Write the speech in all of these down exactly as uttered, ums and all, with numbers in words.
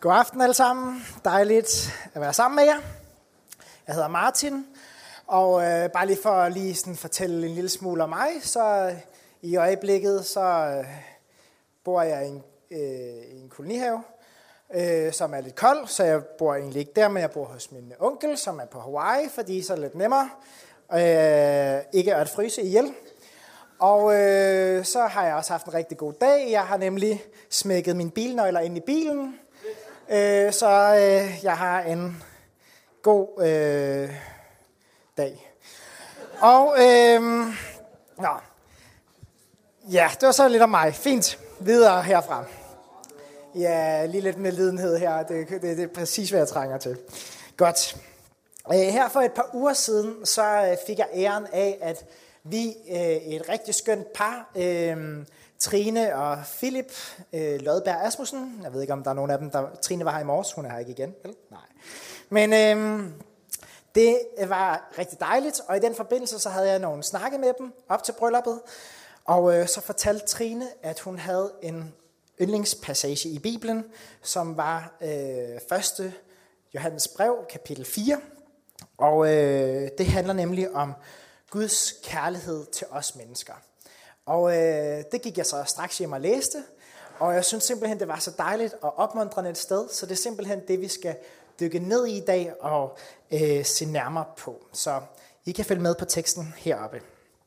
God aften alle sammen. Dejligt at være sammen med jer. Jeg hedder Martin, og øh, bare lige for at lige sådan fortælle en lille smule om mig, så øh, i øjeblikket så øh, bor jeg i en, øh, i en kolonihave, øh, som er lidt kold, så jeg bor egentlig ikke der, men jeg bor hos min onkel, som er på Hawaii, fordi så er det lidt nemmere øh, ikke at fryse ihjel. Og øh, så har jeg også haft en rigtig god dag. Jeg har nemlig smækket mine bilnøgler ind i bilen. Øh, så øh, jeg har en god øh, dag. Og øh, nå. Ja, det var så lidt om mig. Fint. Videre herfra. Ja, lige lidt med lidenhed her. Det, det, det er præcis, hvad jeg trænger til. Godt. Øh, her for et par uger siden, så fik jeg æren af, at vi, øh, et rigtig skønt par, øh, Trine og Philip øh, Lodberg Asmussen. Jeg ved ikke, om der er nogen af dem, der... Trine var her i morges, hun er her ikke igen. Eller? Nej. Men øh, det var rigtig dejligt, og i den forbindelse så havde jeg nogle snakke med dem op til brylluppet. Og øh, så fortalte Trine, at hun havde en yndlingspassage i Bibelen, som var øh, første Johannes brev, kapitel fire. Og øh, det handler nemlig om Guds kærlighed til os mennesker. Og øh, det gik jeg så straks hjem og læste, og jeg synes simpelthen, det var så dejligt og opmuntrende et sted, så det er simpelthen det, vi skal dykke ned i i dag og øh, se nærmere på. Så I kan følge med på teksten heroppe.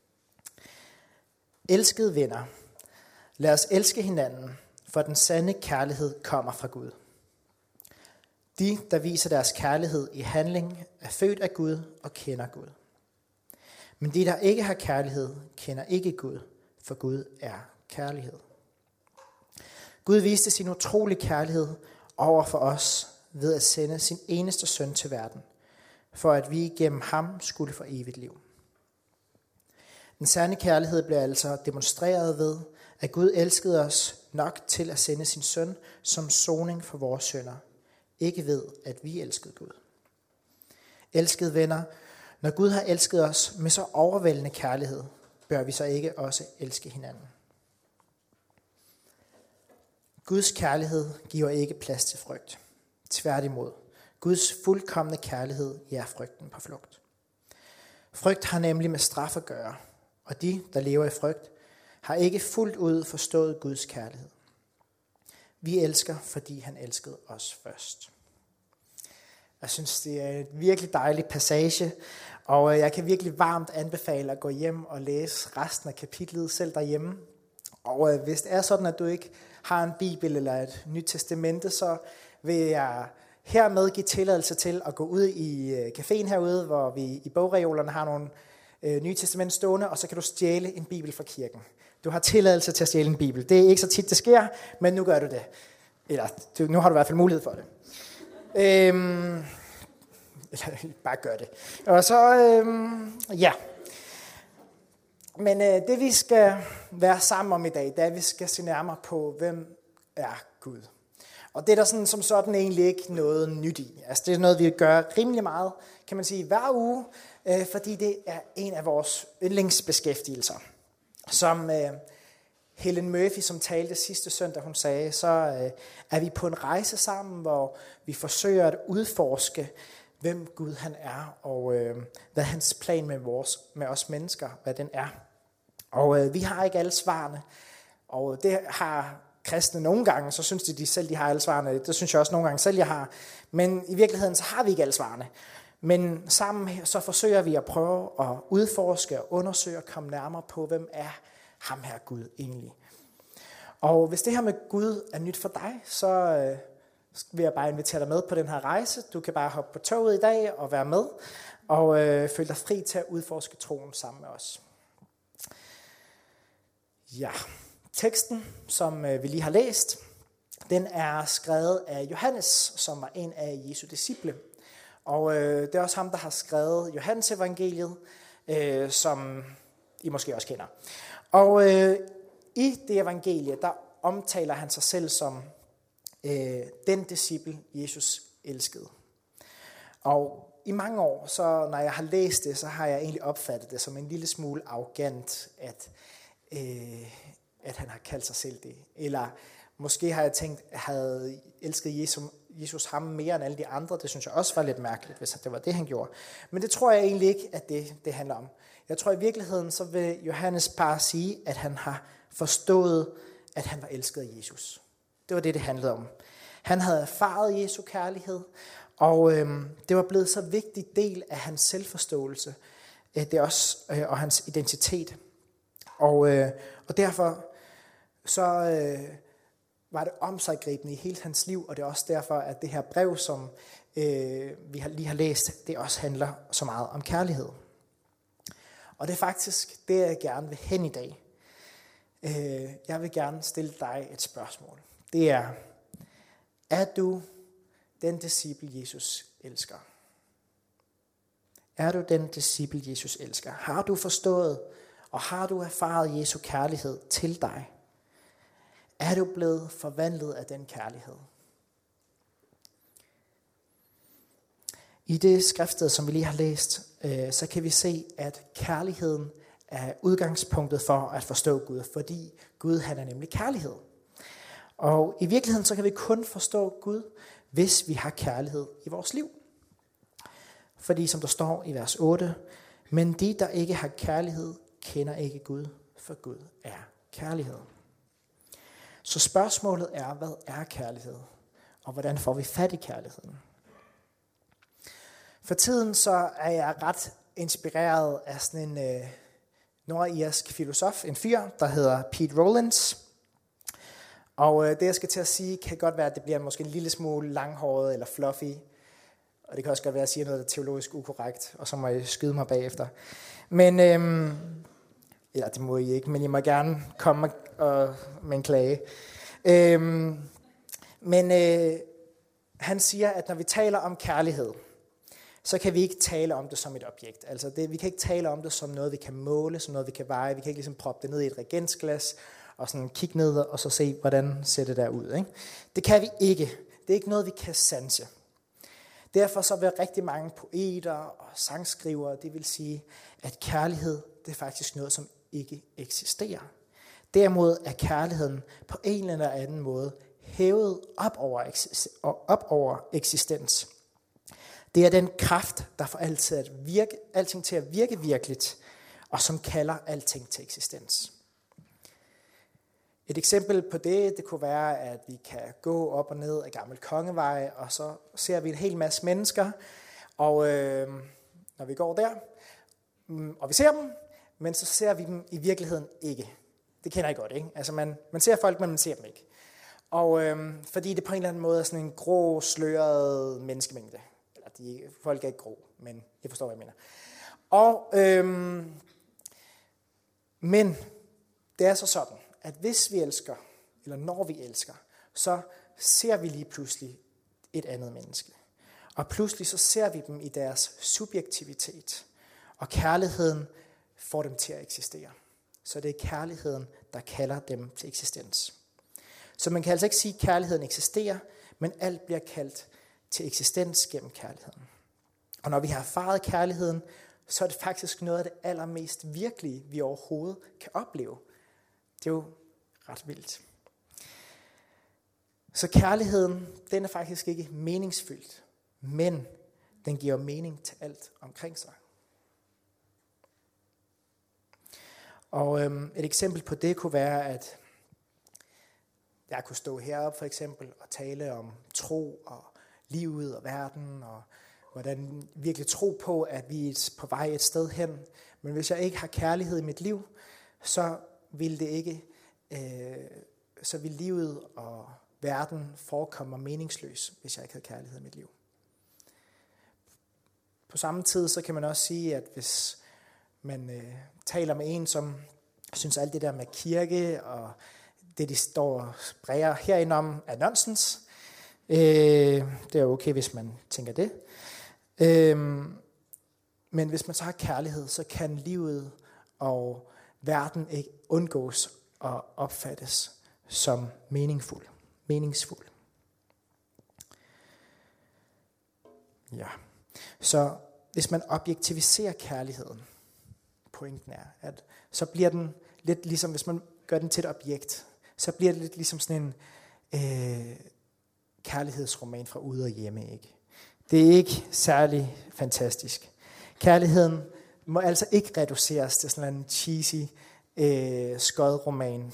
Elskede venner, lad os elske hinanden, for den sande kærlighed kommer fra Gud. De, der viser deres kærlighed i handling, er født af Gud og kender Gud. Men de, der ikke har kærlighed, kender ikke Gud, for Gud er kærlighed. Gud viste sin utrolige kærlighed over for os ved at sende sin eneste søn til verden, for at vi gennem ham skulle få evigt liv. Den sande kærlighed blev altså demonstreret ved, at Gud elskede os nok til at sende sin søn som soning for vores synder, ikke ved, at vi elskede Gud. Elskede venner, når Gud har elsket os med så overvældende kærlighed, bør vi så ikke også elske hinanden. Guds kærlighed giver ikke plads til frygt. Tværtimod, Guds fuldkomne kærlighed jager frygten på flugt. Frygt har nemlig med straf at gøre, og de, der lever i frygt, har ikke fuldt ud forstået Guds kærlighed. Vi elsker, fordi han elskede os først. Jeg synes, det er en virkelig dejlig passage, og jeg kan virkelig varmt anbefale at gå hjem og læse resten af kapitlet selv derhjemme. Og hvis det er sådan, at du ikke har en bibel eller et nyt testamente, så vil jeg hermed give tilladelse til at gå ud i caféen herude, hvor vi i bogreolerne har nogle nye testamenter stående, og så kan du stjæle en bibel fra kirken. Du har tilladelse til at stjæle en bibel. Det er ikke så tit, det sker, men nu gør du det. Eller nu har du i hvert fald mulighed for det. Øhm, eller bare gør det. Og så, øhm, ja. Men øh, det vi skal være sammen om i dag, det er, at vi skal se nærmere på, hvem er Gud. Og det er der sådan, som sådan egentlig ikke noget nyt i. Altså det er noget, vi gør rimelig meget, kan man sige, hver uge, øh, fordi det er en af vores yndlingsbeskæftigelser. Som øh, Helen Murphy, som talte sidste søndag, hun sagde, så øh, er vi på en rejse sammen, hvor vi forsøger at udforske, hvem Gud han er, og øh, hvad hans plan med, vores, med os mennesker, hvad den er. Og øh, vi har ikke alle svarene, og det har kristne nogle gange, så synes de, de selv de har alle svarene. Det synes jeg også nogle gange selv, jeg har. Men i virkeligheden, så har vi ikke alle svarene. Men sammen så forsøger vi at prøve at udforske og undersøge og komme nærmere på, hvem er ham her Gud egentlig. Og hvis det her med Gud er nyt for dig, så øh, vil jeg bare invitere dig med på den her rejse. Du kan bare hoppe på toget i dag og være med, og øh, føle dig fri til at udforske troen sammen med os. Ja, teksten, som øh, vi lige har læst, den er skrevet af Johannes, som var en af Jesu disciple. Og øh, det er også ham, der har skrevet Johannes evangeliet, øh, som I måske også kender. Og øh, i det evangelie, der omtaler han sig selv som øh, den disciple, Jesus elskede. Og i mange år, så når jeg har læst det, så har jeg egentlig opfattet det som en lille smule arrogant, at, øh, at han har kaldt sig selv det. Eller måske har jeg tænkt, at jeg havde elsket Jesus, Jesus ham mere end alle de andre. Det synes jeg også var lidt mærkeligt, hvis det var det, han gjorde. Men det tror jeg egentlig ikke, at det, det handler om. Jeg tror i virkeligheden, så vil Johannes bare sige, at han har forstået, at han var elsket af Jesus. Det var det, det handlede om. Han havde erfaret Jesu kærlighed, og øhm, det var blevet så vigtig del af hans selvforståelse, det er også, øh, og hans identitet. Og, øh, og derfor så øh, var det omsiggribende i hele hans liv, og det er også derfor, at det her brev, som øh, vi har, lige har læst, det også handler så meget om kærlighed. Og det er faktisk det, jeg gerne vil hen i dag. Øh, jeg vil gerne stille dig et spørgsmål. Det er, er du den disciple, Jesus elsker? Er du den disciple, Jesus elsker? Har du forstået, og har du erfaret Jesu kærlighed til dig? Er du blevet forvandlet af den kærlighed? I det skriftsted, som vi lige har læst, øh, så kan vi se, at kærligheden er udgangspunktet for at forstå Gud, fordi Gud han er nemlig kærlighed. Og i virkeligheden så kan vi kun forstå Gud, hvis vi har kærlighed i vores liv. Fordi som der står i vers otte, men de, der ikke har kærlighed, kender ikke Gud, for Gud er kærlighed. Så spørgsmålet er, hvad er kærlighed? Og hvordan får vi fat i kærligheden? For tiden så er jeg ret inspireret af sådan en øh, nordirsk filosof, en fyr, der hedder Pete Rollins. Og øh, det jeg skal til at sige, kan godt være, at det bliver måske en lille smule langhåret eller fluffy. Og det kan også godt være, at jeg siger noget, der er teologisk ukorrekt, og så må I skyde mig bagefter. Men, øhm, eller det må I ikke, men I må gerne komme og, med en klage. Øhm, men øh, han siger, at når vi taler om kærlighed, så kan vi ikke tale om det som et objekt. Altså det, vi kan ikke tale om det som noget, vi kan måle, som noget, vi kan veje. Vi kan ikke ligesom proppe det ned i et reagensglas, og sådan kigge ned og så se, hvordan ser det der ud. Ikke? Det kan vi ikke. Det er ikke noget, vi kan sanse. Derfor så vil rigtig mange poeter og sangskrivere, det vil sige, at kærlighed, det er faktisk noget, som ikke eksisterer. Derimod er kærligheden på en eller anden måde hævet op over, op over eksistens. Det er den kraft, der får altid at virke, alting til at virke virkeligt, og som kalder alting til eksistens. Et eksempel på det, det kunne være, at vi kan gå op og ned af Gammel Kongevej, og så ser vi en hel masse mennesker, og øh, når vi går der, og vi ser dem, men så ser vi dem i virkeligheden ikke. Det kender I godt, ikke? Altså man, man ser folk, men man ser dem ikke. Og øh, fordi det på en eller anden måde er sådan en grå, sløret menneskemængde. Eller de, folk er ikke grå, men jeg forstår, hvad jeg mener. Og, øh, men det er så sådan, at hvis vi elsker, eller når vi elsker, så ser vi lige pludselig et andet menneske. Og pludselig så ser vi dem i deres subjektivitet. Og kærligheden får dem til at eksistere. Så det er kærligheden, der kalder dem til eksistens. Så man kan altså ikke sige, at kærligheden eksisterer, men alt bliver kaldt til eksistens gennem kærligheden. Og når vi har erfaret kærligheden, så er det faktisk noget af det allermest virkelige, vi overhovedet kan opleve. Det er jo ret vildt. Så kærligheden, den er faktisk ikke meningsfyldt, men den giver mening til alt omkring sig. Og øhm, et eksempel på det kunne være, at jeg kunne stå heroppe for eksempel og tale om tro og livet og verden, og hvordan virkelig tro på, at vi er på vej et sted hen. Men hvis jeg ikke har kærlighed i mit liv, så vil det ikke, øh, så vil livet og verden forekomme mig meningsløs, hvis jeg ikke havde kærlighed i mit liv. På samme tid, så kan man også sige, at hvis man øh, taler med en, som synes alt det der med kirke og det, de står og bræger herinde om, er nonsens. Øh, det er okay, hvis man tænker det. Øh, men hvis man så har kærlighed, så kan livet og verden ikke undgås og opfattes som meningsfuld. meningsfuld. Ja. Så hvis man objektiviserer kærligheden, pointen er, at så bliver den lidt ligesom, hvis man gør den til et objekt, så bliver det lidt ligesom sådan en, øh, kærlighedsroman fra ude og hjemme, ikke? Det er ikke særlig fantastisk. Kærligheden må altså ikke reduceres til sådan en cheesy øh, skodroman.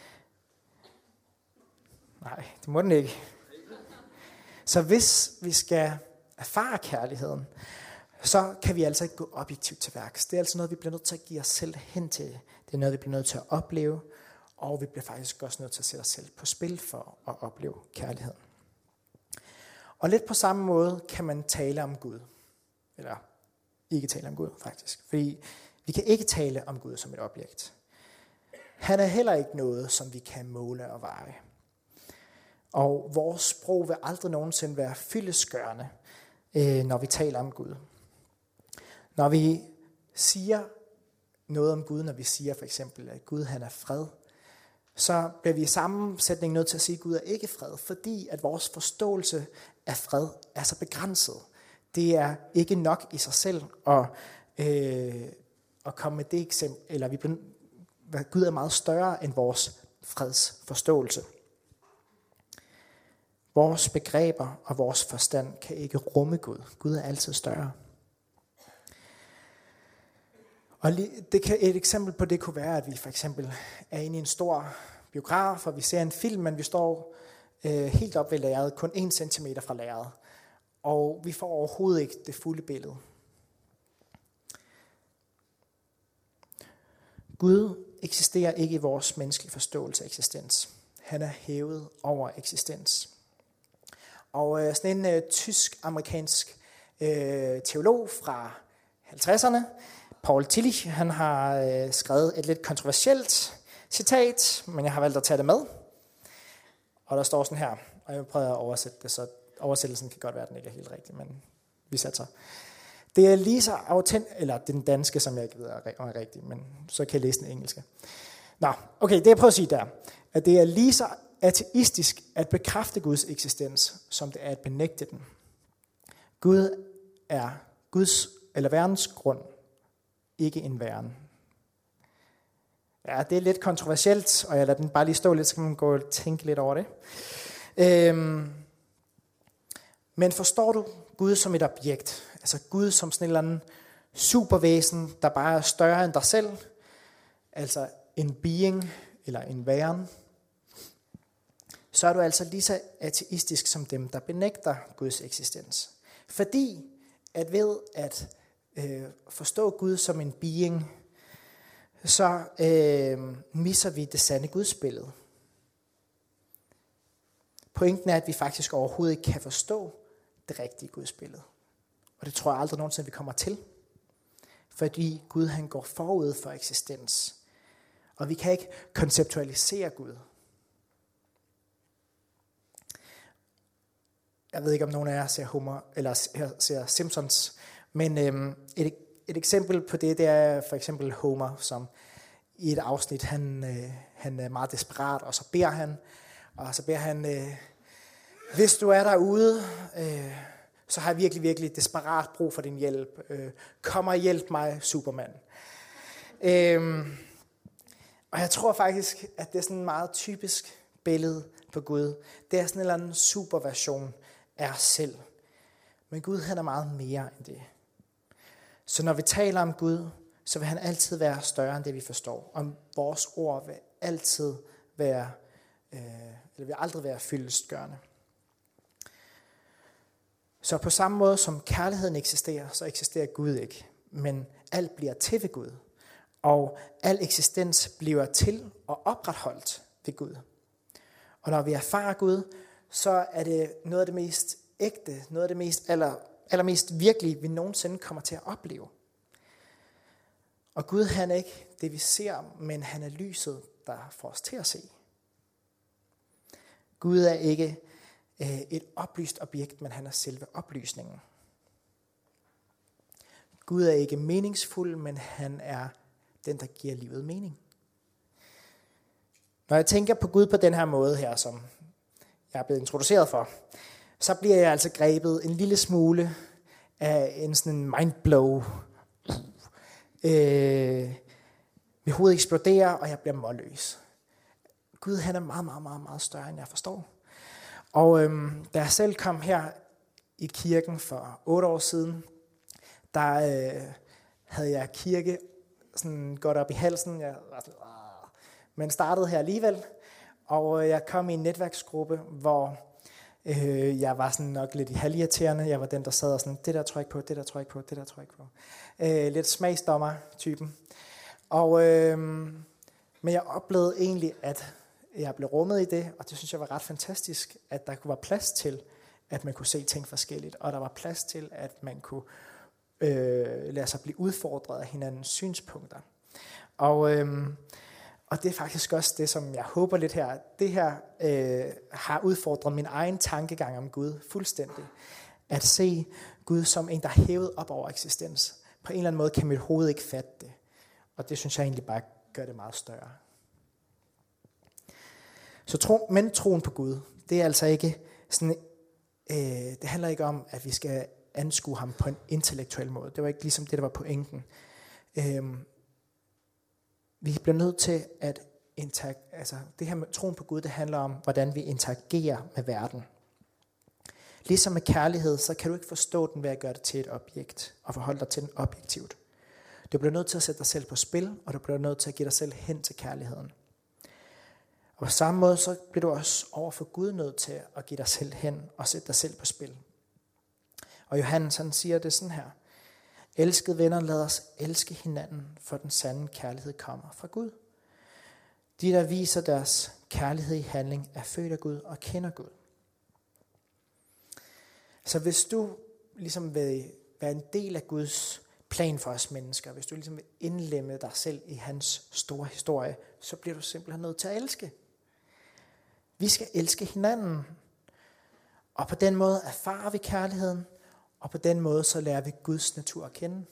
Nej, det må den ikke. Så hvis vi skal erfare kærligheden, så kan vi altså ikke gå objektivt til værks. Det er altså noget, vi bliver nødt til at give os selv hen til. Det er noget, vi bliver nødt til at opleve, og vi bliver faktisk også nødt til at sætte os selv på spil for at opleve kærligheden. Og lidt på samme måde kan man tale om Gud. Eller ikke tale om Gud, faktisk. Fordi vi kan ikke tale om Gud som et objekt. Han er heller ikke noget, som vi kan måle og veje. Og vores sprog vil aldrig nogensinde være fyldestgørende, når vi taler om Gud. Når vi siger noget om Gud, når vi siger for eksempel, at Gud han er fred, så bliver vi i sammensætning nødt til at sige, at Gud er ikke fred, fordi at vores forståelse af fred er så begrænset. Det er ikke nok i sig selv at, øh, at komme med det eksempel, eller vi, Gud er meget større end vores fredsforståelse. Vores begreber og vores forstand kan ikke rumme Gud. Gud er altid større. Og det kan, et eksempel på det kunne være, at vi for eksempel er inde i en stor biograf, og vi ser en film, men vi står øh, helt op ved lærredet, kun en centimeter fra lærredet. Og vi får overhovedet ikke det fulde billede. Gud eksisterer ikke i vores menneskelige forståelse af eksistens. Han er hævet over eksistens. Og øh, sådan en øh, tysk-amerikansk øh, teolog fra halvtredserne, Paul Tillich, han har øh, skrevet et lidt kontroversielt citat, men jeg har valgt at tage det med. Og der står sådan her, og jeg prøver at oversætte det, så oversættelsen kan godt være, at den ikke er helt rigtig, men vi satser. Det er lige så autentisk, eller den danske, som jeg ikke ved er rigtig, men så kan jeg læse den engelske. Nå, okay, det jeg prøver at sige der, at det er lige så ateistisk at bekræfte Guds eksistens, som det er at benægte den. Gud er Guds, eller verdens grund, ikke en væren. Ja, det er lidt kontroversielt, og jeg lader den bare lige stå lidt, så kan man gå og tænke lidt over det. Øhm, men forstår du Gud som et objekt? Altså Gud som sådan en eller anden supervæsen, der bare er større end dig selv? Altså en being, eller en væren? Så er du altså lige så ateistisk som dem, der benægter Guds eksistens. Fordi at ved at øh, forstå Gud som en being, så øh, misser vi det sande Gudsbillede. Pointen er, at vi faktisk overhovedet ikke kan forstå det rigtige Gudsbillede. Og det tror jeg aldrig nogensinde, vi kommer til. Fordi Gud han går forud for eksistens. Og vi kan ikke konceptualisere Gud. Jeg ved ikke, om nogen af jer ser, Homer, eller ser Simpsons, men øhm, et, et eksempel på det, det er for eksempel Homer, som i et afsnit, han, øh, han er meget desperat, og så beder han, og så beder han, øh, hvis du er derude, øh, så har jeg virkelig, virkelig desperat brug for din hjælp. Øh, kom og hjælp mig, Superman. Øhm, og jeg tror faktisk, at det er sådan en meget typisk billede på Gud. Det er sådan en eller anden superversion af os selv. Men Gud, han er meget mere end det. Så når vi taler om Gud, så vil han altid være større end det, vi forstår. Og vores ord vil altid være, øh, eller vil aldrig være fyldestgørende. Så på samme måde som kærligheden eksisterer, så eksisterer Gud ikke. Men alt bliver til ved Gud. Og al eksistens bliver til og opretholdt ved Gud. Og når vi erfarer Gud, så er det noget af det mest ægte, noget af det mest aller, allermest virkelige, vi nogensinde kommer til at opleve. Og Gud, han er ikke det, vi ser, men han er lyset, der får os til at se. Gud er ikke øh, et oplyst objekt, men han er selve oplysningen. Gud er ikke meningsfuld, men han er den, der giver livet mening. Når jeg tænker på Gud på den her måde her, som jeg er blevet introduceret for, så bliver jeg altså grebet en lille smule af en sådan en mindblow. Øh, mit hoved eksploderer, og jeg bliver målløs. Gud, han er meget, meget, meget, meget større, end jeg forstår. Og øhm, da jeg selv kom her i kirken for otte år siden, der øh, havde jeg kirke sådan godt op i halsen. Jeg var sådan, Åh. Men startede her alligevel, og jeg kom i en netværksgruppe, hvor øh, jeg var sådan nok lidt i halvirriterende. Jeg var den, der sad og sådan, det der tror jeg ikke på, det der tror jeg ikke på, det der tror jeg ikke på. Øh, lidt smagsdommer-typen. Og, øh, men jeg oplevede egentlig, at jeg blev rummet i det, og det synes jeg var ret fantastisk, at der var plads til, at man kunne se ting forskelligt, og der var plads til, at man kunne øh, lade sig blive udfordret af hinandens synspunkter. Og, øh, og det er faktisk også det, som jeg håber lidt her. Det her øh, har udfordret min egen tankegang om Gud fuldstændig. At se Gud som en, der er hævet op over eksistens. På en eller anden måde kan mit hoved ikke fatte det. Og det synes jeg egentlig bare gør det meget større. Så tro, men troen på Gud, det er altså ikke sådan, øh, det handler ikke om, at vi skal anskue ham på en intellektuel måde. Det var ikke ligesom det, der var pointen. Øh, vi bliver nødt til at interag- altså det her med troen på Gud, det handler om, hvordan vi interagerer med verden. Ligesom med kærlighed, så kan du ikke forstå den ved at gøre det til et objekt og forholde dig til den objektivt. Du bliver nødt til at sætte dig selv på spil, og du bliver nødt til at give dig selv hen til kærligheden. Og på samme måde, så bliver du også over for Gud nødt til at give dig selv hen og sætte dig selv på spil. Og Johannes, han siger det sådan her: elskede venner, lad os elske hinanden, for den sande kærlighed kommer fra Gud. De, der viser deres kærlighed i handling, er født af Gud og kender Gud. Så hvis du ligesom vil være en del af Guds plan for os mennesker, hvis du ligesom vil indlemme dig selv i hans store historie, så bliver du simpelthen nødt til at elske. Vi skal elske hinanden. Og på den måde erfarer vi kærligheden, og på den måde så lærer vi Guds natur at kende.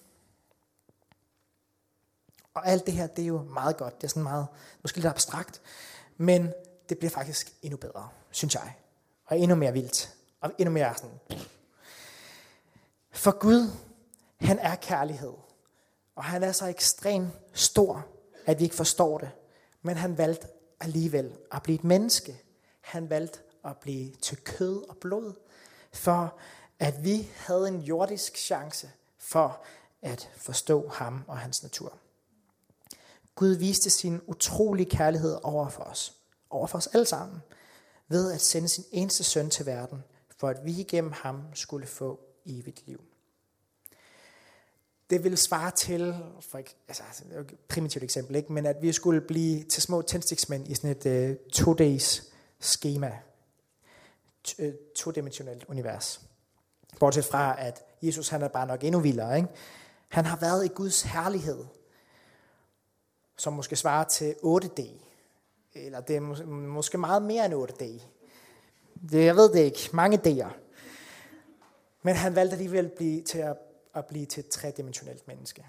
Og alt det her, det er jo meget godt. Det er sådan meget, måske lidt abstrakt, men det bliver faktisk endnu bedre, synes jeg. Og endnu mere vildt. Og endnu mere sådan. For Gud, han er kærlighed. Og han er så ekstremt stor, at vi ikke forstår det. Men han valgte alligevel at blive et menneske. Han valgte at blive til kød og blod, for at vi havde en jordisk chance for at forstå ham og hans natur. Gud viste sin utrolige kærlighed over for os, over for os alle sammen, ved at sende sin eneste søn til verden, for at vi igennem ham skulle få evigt liv. Det vil svare til, for altså, et primitivt eksempel, ikke? Men at vi skulle blive til små tændstiksmænd i sådan et uh, to-days schema, uh, to-dimensionelt univers. Bortset fra, at Jesus han er bare nok endnu vildere. Ikke? Han har været i Guds herlighed, som måske svarer til otte D. Eller det er mås- måske meget mere end otte D. Det, jeg ved det ikke. Mange D'er. Men han valgte alligevel at blive til at, at blive til et tredimensionelt menneske.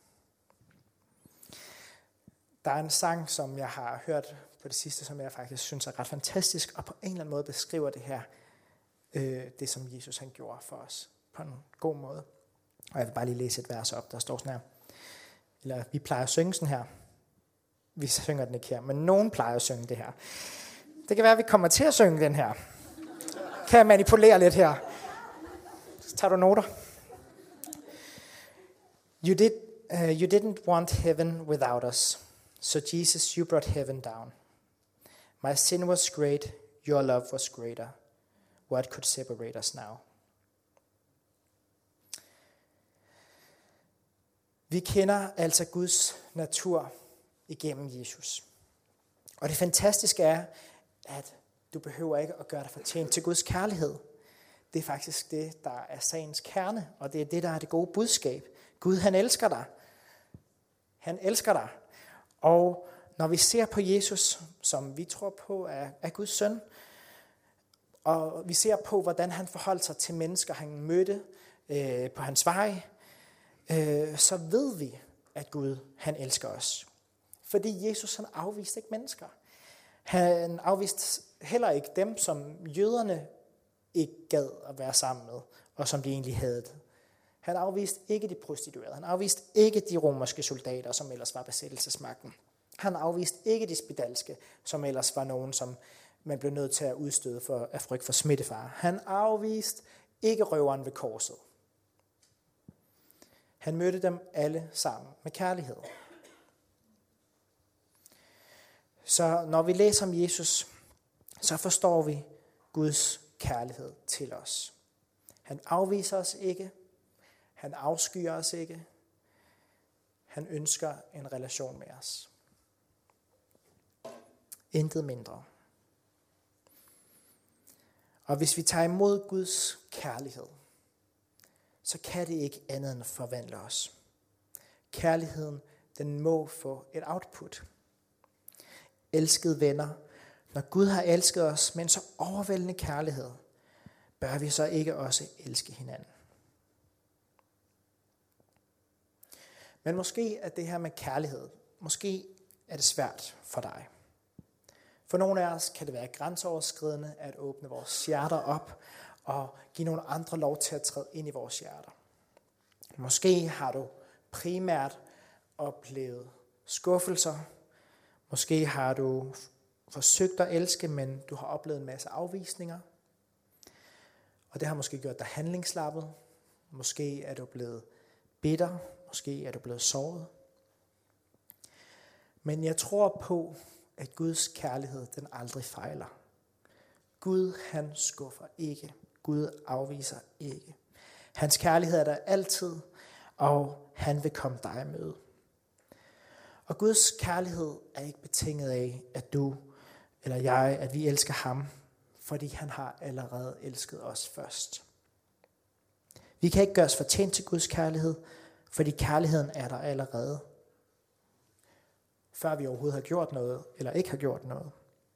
Der er en sang, som jeg har hørt på det sidste, som jeg faktisk synes er ret fantastisk, og på en eller anden måde beskriver det her, øh, det som Jesus han gjorde for os, på en god måde. Og jeg vil bare lige læse et vers op, der står sådan her. Eller vi plejer at synge sådan her. Vi synger den ikke her, men nogen plejer at synge det her. Det kan være, at vi kommer til at synge den her. Kan jeg manipulere lidt her? Så tager du noter. You, did, uh, you didn't want heaven without us, so Jesus, you brought heaven down. My sin was great, your love was greater. What could separate us now? Vi kender altså Guds natur igennem Jesus. Og det fantastiske er, at du behøver ikke at gøre dig fortjent til Guds kærlighed. Det er faktisk det, der er sagens kerne, og det er det, der er det gode budskab. Gud, han elsker dig. Han elsker dig. Og når vi ser på Jesus, som vi tror på er, er Guds søn, og vi ser på, hvordan han forholdt sig til mennesker, han mødte øh, på hans vej, øh, så ved vi, at Gud, han elsker os. Fordi Jesus, han afviste ikke mennesker. Han afviste heller ikke dem, som jøderne ikke gad at være sammen med, og som de egentlig havde det. Han afviste ikke de prostituerede. Han afviste ikke de romerske soldater, som ellers var besættelsesmagten. Han afviste ikke de spedalske, som ellers var nogen, som man blev nødt til at udstøde for, af frygt for smittefare. Han afviste ikke røveren ved korset. Han mødte dem alle sammen med kærlighed. Så når vi læser om Jesus, så forstår vi Guds kærlighed til os. Han afviser os ikke. Han afskyer os ikke. Han ønsker en relation med os. Intet mindre. Og hvis vi tager imod Guds kærlighed, så kan det ikke andet end forvandle os. Kærligheden, den må få et output. Elskede venner, når Gud har elsket os med en så overvældende kærlighed, bør vi så ikke også elske hinanden. Men måske er det her med kærlighed, måske er det svært for dig. For nogle af os kan det være grænseoverskridende at åbne vores hjerter op og give nogle andre lov til at træde ind i vores hjerter. Måske har du primært oplevet skuffelser. Måske har du forsøgt at elske, men du har oplevet en masse afvisninger. Og det har måske gjort dig handlingslappet. Måske er du blevet bitter. Måske er du blevet såret. Men jeg tror på, at Guds kærlighed, den aldrig fejler. Gud, han skuffer ikke. Gud afviser ikke. Hans kærlighed er der altid, og han vil komme dig i møde. Og Guds kærlighed er ikke betinget af, at du eller jeg, at vi elsker ham, fordi han har allerede elsket os først. Vi kan ikke gøre os fortjent til Guds kærlighed, fordi kærligheden er der allerede, før vi overhovedet har gjort noget, eller ikke har gjort noget.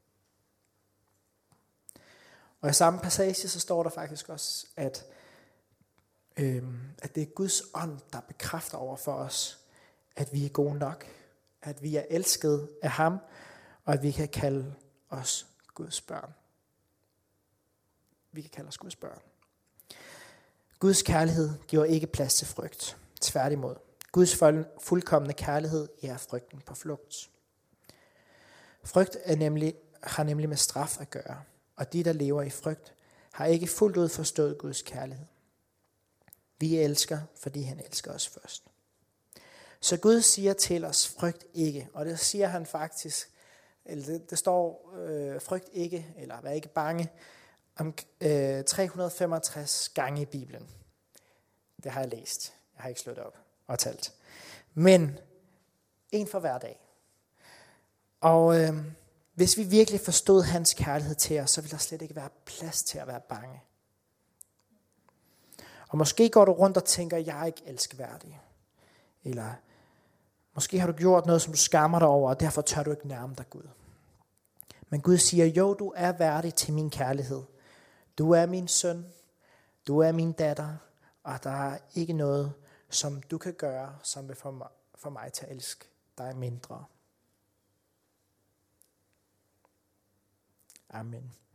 Og i samme passage, så står der faktisk også, at, øhm, at det er Guds ånd, der bekræfter over for os, at vi er gode nok, at vi er elsket af ham, og at vi kan kalde os Guds børn. Vi kan kalde os Guds børn. Guds kærlighed giver ikke plads til frygt. Tværtimod. Guds fuldkomne kærlighed er frygten på flugt. Frygt er nemlig, har nemlig med straf at gøre, og de, der lever i frygt, har ikke fuldt ud forstået Guds kærlighed. Vi elsker, fordi han elsker os først. Så Gud siger til os, frygt ikke, og det siger han faktisk, eller det, det står, øh, frygt ikke, eller vær ikke bange, om øh, tre hundrede og femogtres gange i Bibelen. Det har jeg læst. Jeg har ikke slået op og talt. Men en for hver dag. Og øh, hvis vi virkelig forstod hans kærlighed til os, så ville der slet ikke være plads til at være bange. Og måske går du rundt og tænker, jeg er ikke elskværdig. Eller måske har du gjort noget, som du skammer dig over, og derfor tør du ikke nærme dig Gud. Men Gud siger, jo, du er værdig til min kærlighed. Du er min søn. Du er min datter. Og der er ikke noget, som du kan gøre, som vil få mig, få mig til at elske dig mindre. Amen.